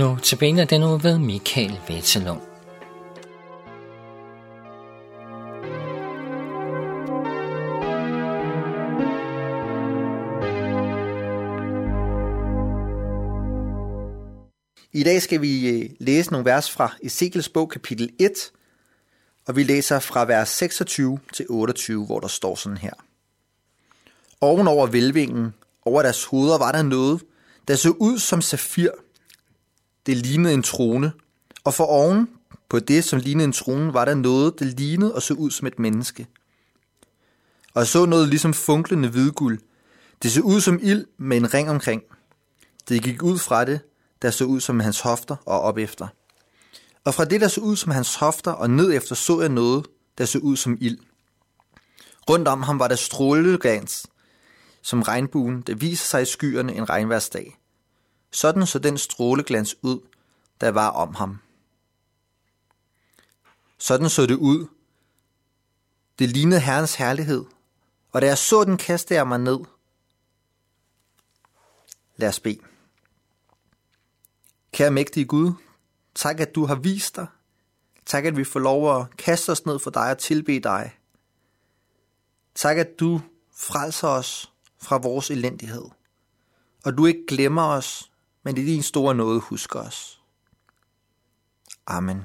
Nu tilbage den uge ved Michael Vettelund. I dag skal vi læse nogle vers fra Ezekiels bog, kapitel 1, og vi læser fra vers 26 til 28, hvor der står sådan her. Ovenover hvælvingen, over deres hoveder, var der noget, der så ud som safir. Det lignede en trone, og for oven på det, som lignede en trone, var der noget, der lignede og så ud som et menneske. Og jeg så noget ligesom funklende hvidguld. Det så ud som ild med en ring omkring. Det gik ud fra det, der så ud som hans hofter og op efter. Og fra det, der så ud som hans hofter og ned efter, så jeg noget, der så ud som ild. Rundt om ham var der stråleglans, som regnbuen, der viser sig i skyerne en regnværsdag. Sådan så den stråleglans ud, der var om ham. Sådan så det ud. Det lignede Herrens herlighed, og da jeg så den, kastede jeg mig ned. Lad os bede. Kære mægtige Gud, tak at du har vist dig. Tak at vi får lov at kaste os ned for dig og tilbede dig. Tak at du frelser os fra vores elendighed. Og du ikke glemmer os, men i din store nåde husker os. Amen.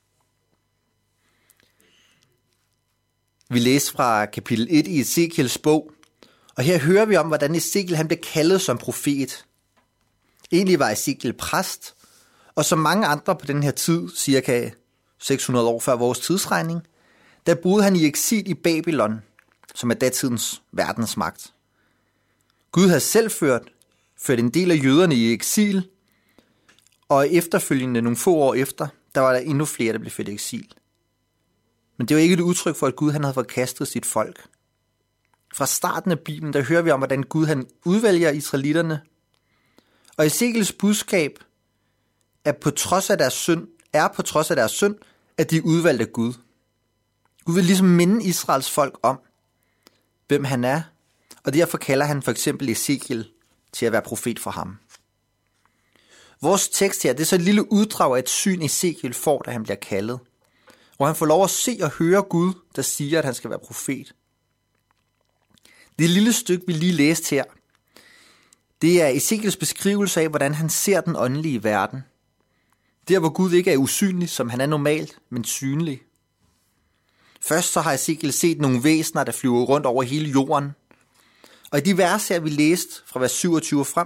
Vi læser fra kapitel 1 i Ezekiels bog, og her hører vi om, hvordan Ezekiel han blev kaldet som profet. Egentlig var Ezekiel præst, og som mange andre på den her tid, cirka 600 år før vores tidsregning, der boede han i eksil i Babylon, som er datidens verdensmagt. Gud havde selv ført en del af jøderne i eksil, og efterfølgende nogle få år efter, der var der endnu flere, der blev ført i eksil. Men det var ikke et udtryk for, at Gud han havde forkastet sit folk. Fra starten af Bibelen, der hører vi om, hvordan Gud han udvælger israelitterne. Og Ezekiels budskab er på trods af deres synd, at de er udvalgt af Gud. Gud vil ligesom minde Israels folk om, hvem han er, og derfor kalder han for eksempel Ezekiel til at være profet for ham. Vores tekst her, det er så et lille uddrag af et syn, Ezekiel får, da han bliver kaldet, hvor han får lov at se og høre Gud, der siger, at han skal være profet. Det lille stykke, vi lige læste her, det er Ezekiels beskrivelse af, hvordan han ser den åndelige verden. Der, hvor Gud ikke er usynlig, som han er normalt, men synlig. Først så har Ezekiel set nogle væsener, der flyver rundt over hele jorden. Og i de vers her, vi læste fra vers 27 frem,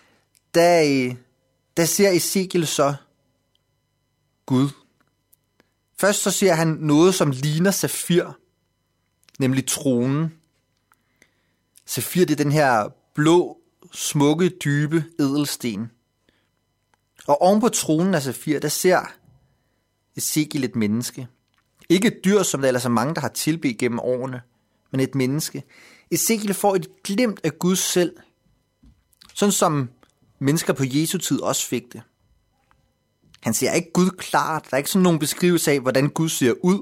der ser Ezekiel så Gud. Først så ser han noget, som ligner safir, nemlig tronen. Safir, det er den her blå, smukke, dybe ædelsten. Og oven på tronen af safir, der ser Ezekiel et menneske. Ikke et dyr, som der ellers er mange, der har tilbedt gennem årene, men et menneske. Ezekiel får et glimt af Gud selv, sådan som mennesker på Jesu tid også fik det. Han ser ikke Gud klart. Der er ikke sådan nogen beskrivelse af, hvordan Gud ser ud.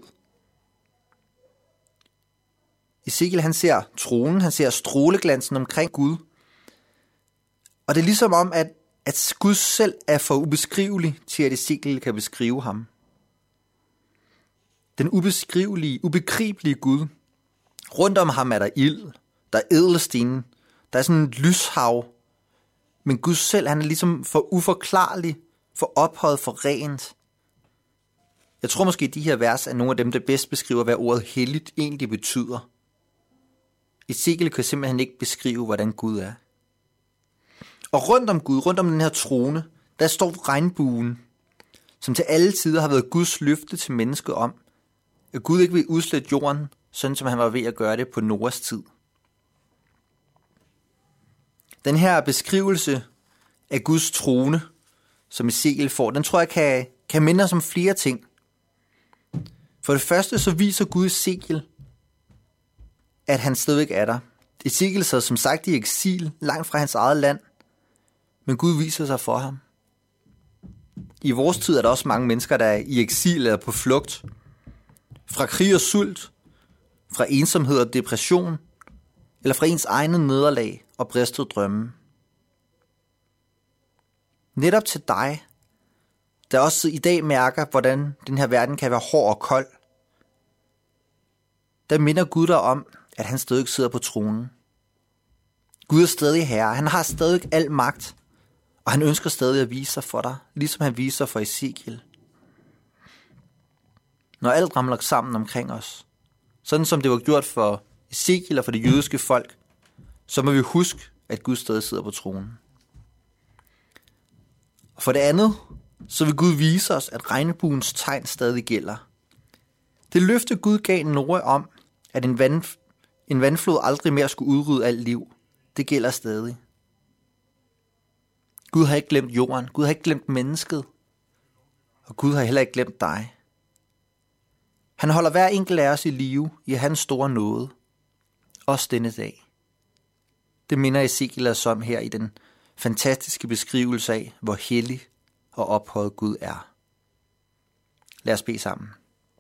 Ezekiel han ser tronen, han ser stråleglansen omkring Gud. Og det er ligesom om, at Gud selv er for ubeskrivelig til, at Ezekiel kan beskrive ham. Den ubeskrivelige, ubegribelige Gud. Rundt om ham er der ild, der er ædelsten, der er sådan et lyshav. Men Gud selv, han er ligesom for uforklarlig, for ophøjet, for rent. Jeg tror måske, at de her vers er nogle af dem, der bedst beskriver, hvad ordet helligt egentlig betyder. Ezekiel kan simpelthen ikke beskrive, hvordan Gud er. Og rundt om Gud, rundt om den her trone, der står regnbuen, som til alle tider har været Guds løfte til mennesket om, at Gud ikke vil udslette jorden, sådan som han var ved at gøre det på Noas tid. Den her beskrivelse af Guds trone, som Ezekiel får, den tror jeg kan minde os om flere ting. For det første så viser Gud Ezekiel, at han stadigvæk er der. Ezekiel sad som sagt i eksil, langt fra hans eget land, men Gud viser sig for ham. I vores tid er der også mange mennesker, der er i eksil eller på flugt. Fra krig og sult, fra ensomhed og depression, eller fra ens egne nederlag og bristede drømme. Netop til dig der også i dag mærker, hvordan den her verden kan være hård og kold, der minder Gud dig om, at han stadig sidder på tronen. Gud er stadig herre. Han har stadig al magt, og han ønsker stadig at vise sig for dig, ligesom han viser for Ezekiel. Når alt ramler sammen omkring os, sådan som det var gjort for Ezekiel og for det jødiske folk, så må vi huske, at Gud stadig sidder på tronen. Og for det andet, så vil Gud vise os, at regnbuens tegn stadig gælder. Det løfte Gud gav Noah om, at en vandflod aldrig mere skulle udrydde alt liv, det gælder stadig. Gud har ikke glemt jorden, Gud har ikke glemt mennesket, og Gud har heller ikke glemt dig. Han holder hver enkelt af os i live i hans store nåde, også denne dag. Det minder Ezekiel os om her i den fantastiske beskrivelse af, hvor hellig og ophøjet Gud er. Lad os bede sammen.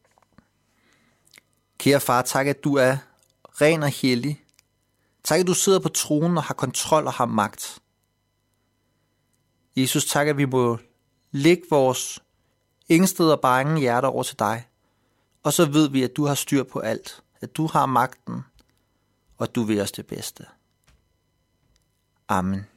Kære far, tak at du er ren og hellig. Tak at du sidder på tronen og har kontrol og har magt. Jesus, tak at vi må lægge vores ængstede og bange hjerter over til dig. Og så ved vi, at du har styr på alt. At du har magten, og at du vil os det bedste. Amen.